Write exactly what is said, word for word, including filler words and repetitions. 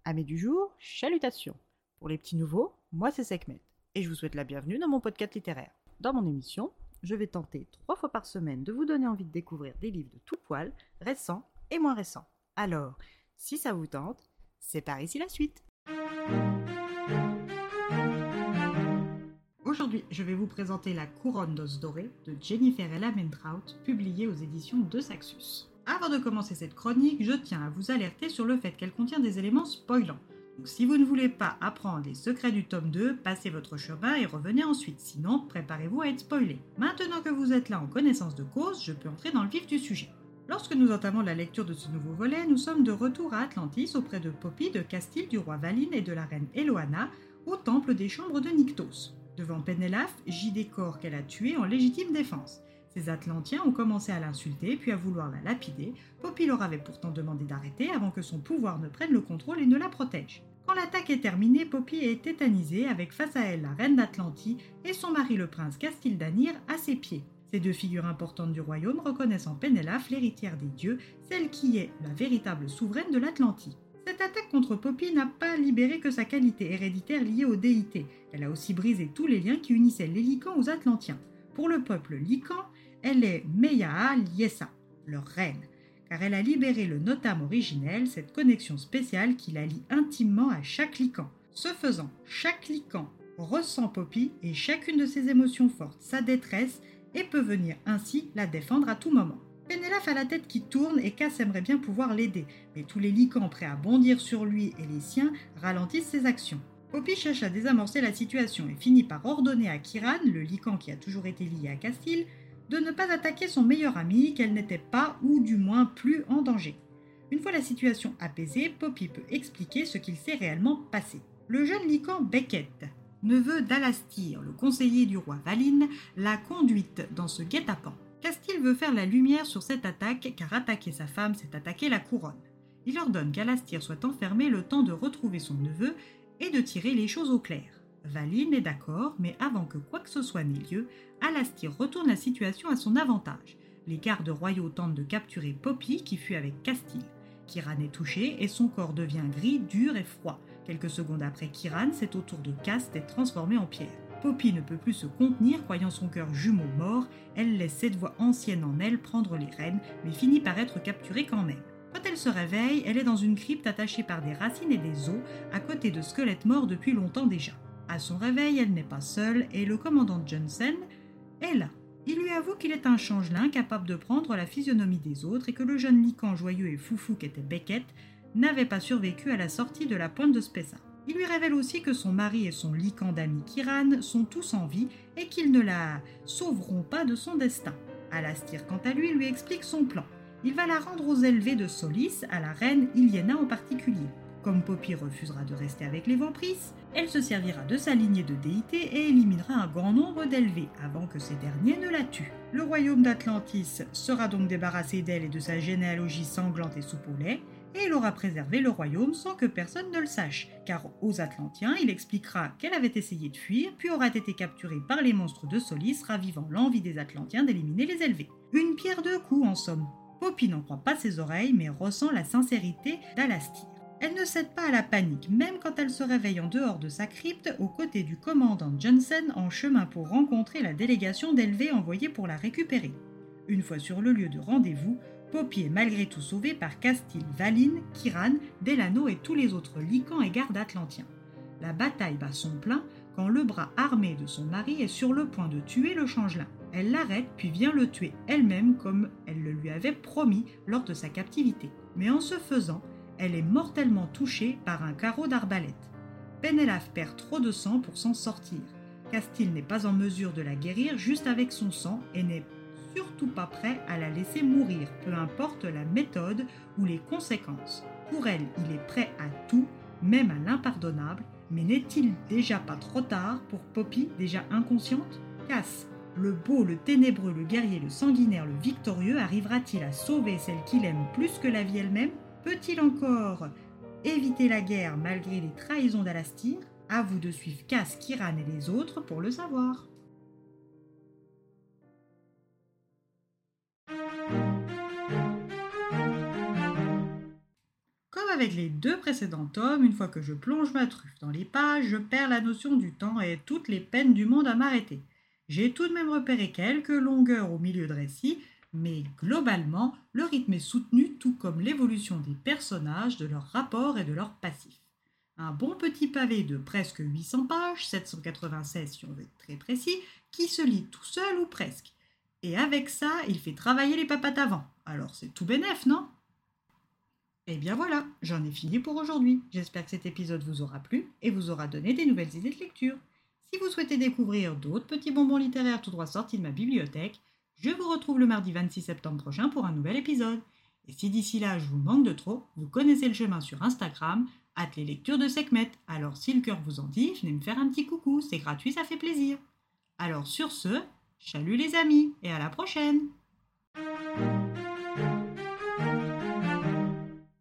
Amis du jour, chalutations. Pour les petits nouveaux, moi c'est Sekhmet et je vous souhaite la bienvenue dans mon podcast littéraire. Dans mon émission, je vais tenter trois fois par semaine de vous donner envie de découvrir des livres de tout poil, récents et moins récents. Alors, si ça vous tente, c'est par ici la suite. Aujourd'hui, je vais vous présenter La Couronne d'os doré de Jennifer Ella Mentrout, publiée aux éditions de Saxus. Avant de commencer cette chronique, je tiens à vous alerter sur le fait qu'elle contient des éléments spoilants. Donc si vous ne voulez pas apprendre les secrets du tome deux, passez votre chemin et revenez ensuite, sinon préparez-vous à être spoilé. Maintenant que vous êtes là en connaissance de cause, je peux entrer dans le vif du sujet. Lorsque nous entamons la lecture de ce nouveau volet, nous sommes de retour à Atlantis auprès de Poppy de Castille, du roi Valyn et de la reine Eloana, au temple des chambres de Nyktos. Devant Pénélope, gît des corps qu'elle a tués en légitime défense. Ces Atlantiens ont commencé à l'insulter, puis à vouloir la lapider. Poppy leur avait pourtant demandé d'arrêter avant que son pouvoir ne prenne le contrôle et ne la protège. Quand l'attaque est terminée, Poppy est tétanisée avec face à elle la reine d'Atlantie et son mari le prince Castildanir à ses pieds. Ces deux figures importantes du royaume reconnaissent en Pénélope l'héritière des dieux, celle qui est la véritable souveraine de l'Atlantie. Cette attaque contre Poppy n'a pas libéré que sa qualité héréditaire liée aux déités. Elle a aussi brisé tous les liens qui unissaient les Lycans aux Atlantiens. Pour le peuple Lycan, elle est Meyaa Liesa, leur reine, car elle a libéré le Notam originel, cette connexion spéciale qui la lie intimement à chaque Lycan. Ce faisant, chaque Lycan ressent Poppy et chacune de ses émotions fortes, sa détresse, et peut venir ainsi la défendre à tout moment. Pénélope a la tête qui tourne et Cass aimerait bien pouvoir l'aider, mais tous les Lycans prêts à bondir sur lui et les siens ralentissent ses actions. Poppy cherche à désamorcer la situation et finit par ordonner à Kiran, le Lycan qui a toujours été lié à Castille, de ne pas attaquer son meilleur ami, qu'elle n'était pas, ou du moins plus, en danger. Une fois la situation apaisée, Poppy peut expliquer ce qu'il s'est réellement passé. Le jeune Lycan Beckett, neveu d'Alastir, le conseiller du roi Valyn, l'a conduite dans ce guet-apens. Castille veut faire la lumière sur cette attaque, car attaquer sa femme, c'est attaquer la couronne. Il ordonne qu'Alastir soit enfermé le temps de retrouver son neveu et de tirer les choses au clair. Valyn est d'accord, mais avant que quoi que ce soit n'ait lieu, Alastir retourne la situation à son avantage. Les gardes royaux tentent de capturer Poppy, qui fuit avec Castille. Kiran est touché et son corps devient gris, dur et froid. Quelques secondes après Kiran, c'est au tour de Cass d'être transformé en pierre. Poppy ne peut plus se contenir, croyant son cœur jumeau mort. Elle laisse cette voix ancienne en elle prendre les rênes, mais finit par être capturée quand même. Quand elle se réveille, elle est dans une crypte attachée par des racines et des os, à côté de squelettes morts depuis longtemps déjà. À son réveil, elle n'est pas seule et le commandant Johnson est là. Il lui avoue qu'il est un changelin capable de prendre la physionomie des autres et que le jeune Lycan joyeux et foufou qu'était Beckett n'avait pas survécu à la sortie de la pointe de Spessa. Il lui révèle aussi que son mari et son Lycan d'ami Kiran sont tous en vie et qu'ils ne la sauveront pas de son destin. Alastir, quant à lui, lui explique son plan. Il va la rendre aux élevés de Solis, à la reine Ilyena en particulier. Comme Poppy refusera de rester avec les Vamprices, elle se servira de sa lignée de déités et éliminera un grand nombre d'élevés avant que ces derniers ne la tuent. Le royaume d'Atlantis sera donc débarrassé d'elle et de sa généalogie sanglante et soupe au lait, et il aura préservé le royaume sans que personne ne le sache, car aux Atlantiens, il expliquera qu'elle avait essayé de fuir, puis aura été capturée par les monstres de Solis, ravivant l'envie des Atlantiens d'éliminer les élevés. Une pierre deux coups en somme. Poppy n'en croit pas ses oreilles, mais ressent la sincérité d'Alastir. Elle ne cède pas à la panique, même quand elle se réveille en dehors de sa crypte, aux côtés du commandant Johnson, en chemin pour rencontrer la délégation d'élevés envoyée pour la récupérer. Une fois sur le lieu de rendez-vous, Poppy est malgré tout sauvée par Castille, Valyn, Kiran, Delano et tous les autres Lycans et gardes atlantiens. La bataille bat son plein quand le bras armé de son mari est sur le point de tuer le changelin. Elle l'arrête puis vient le tuer elle-même comme elle le lui avait promis lors de sa captivité. Mais en ce faisant, elle est mortellement touchée par un carreau d'arbalète. Pénélope perd trop de sang pour s'en sortir. Castille n'est pas en mesure de la guérir juste avec son sang et n'est surtout pas prêt à la laisser mourir, peu importe la méthode ou les conséquences. Pour elle, il est prêt à tout, même à l'impardonnable, mais n'est-il déjà pas trop tard pour Poppy, déjà inconsciente ? Cass, le beau, le ténébreux, le guerrier, le sanguinaire, le victorieux, arrivera-t-il à sauver celle qu'il aime plus que la vie elle-même ? Peut-il encore éviter la guerre malgré les trahisons d'Alastir ? À vous de suivre Cass, Kiran et les autres pour le savoir. avec les deux précédents tomes, une fois que je plonge ma truffe dans les pages, je perds la notion du temps et toutes les peines du monde à m'arrêter. J'ai tout de même repéré quelques longueurs au milieu de récits, mais globalement, le rythme est soutenu tout comme l'évolution des personnages, de leurs rapports et de leurs passifs. Un bon petit pavé de presque huit cents pages, sept cent quatre-vingt-seize si on veut être très précis, qui se lit tout seul ou presque. Et avec ça, il fait travailler les papates avant. Alors c'est tout bénef, non ? Et bien voilà, j'en ai fini pour aujourd'hui. J'espère que cet épisode vous aura plu et vous aura donné des nouvelles idées de lecture. Si vous souhaitez découvrir d'autres petits bonbons littéraires tout droit sortis de ma bibliothèque, je vous retrouve le mardi vingt-six septembre prochain pour un nouvel épisode. Et si d'ici là je vous manque de trop, vous connaissez le chemin sur Instagram, hâte les lectures de Sekhmet. Alors si le cœur vous en dit, venez me faire un petit coucou, c'est gratuit, ça fait plaisir. Alors sur ce, chalut les amis et à la prochaine!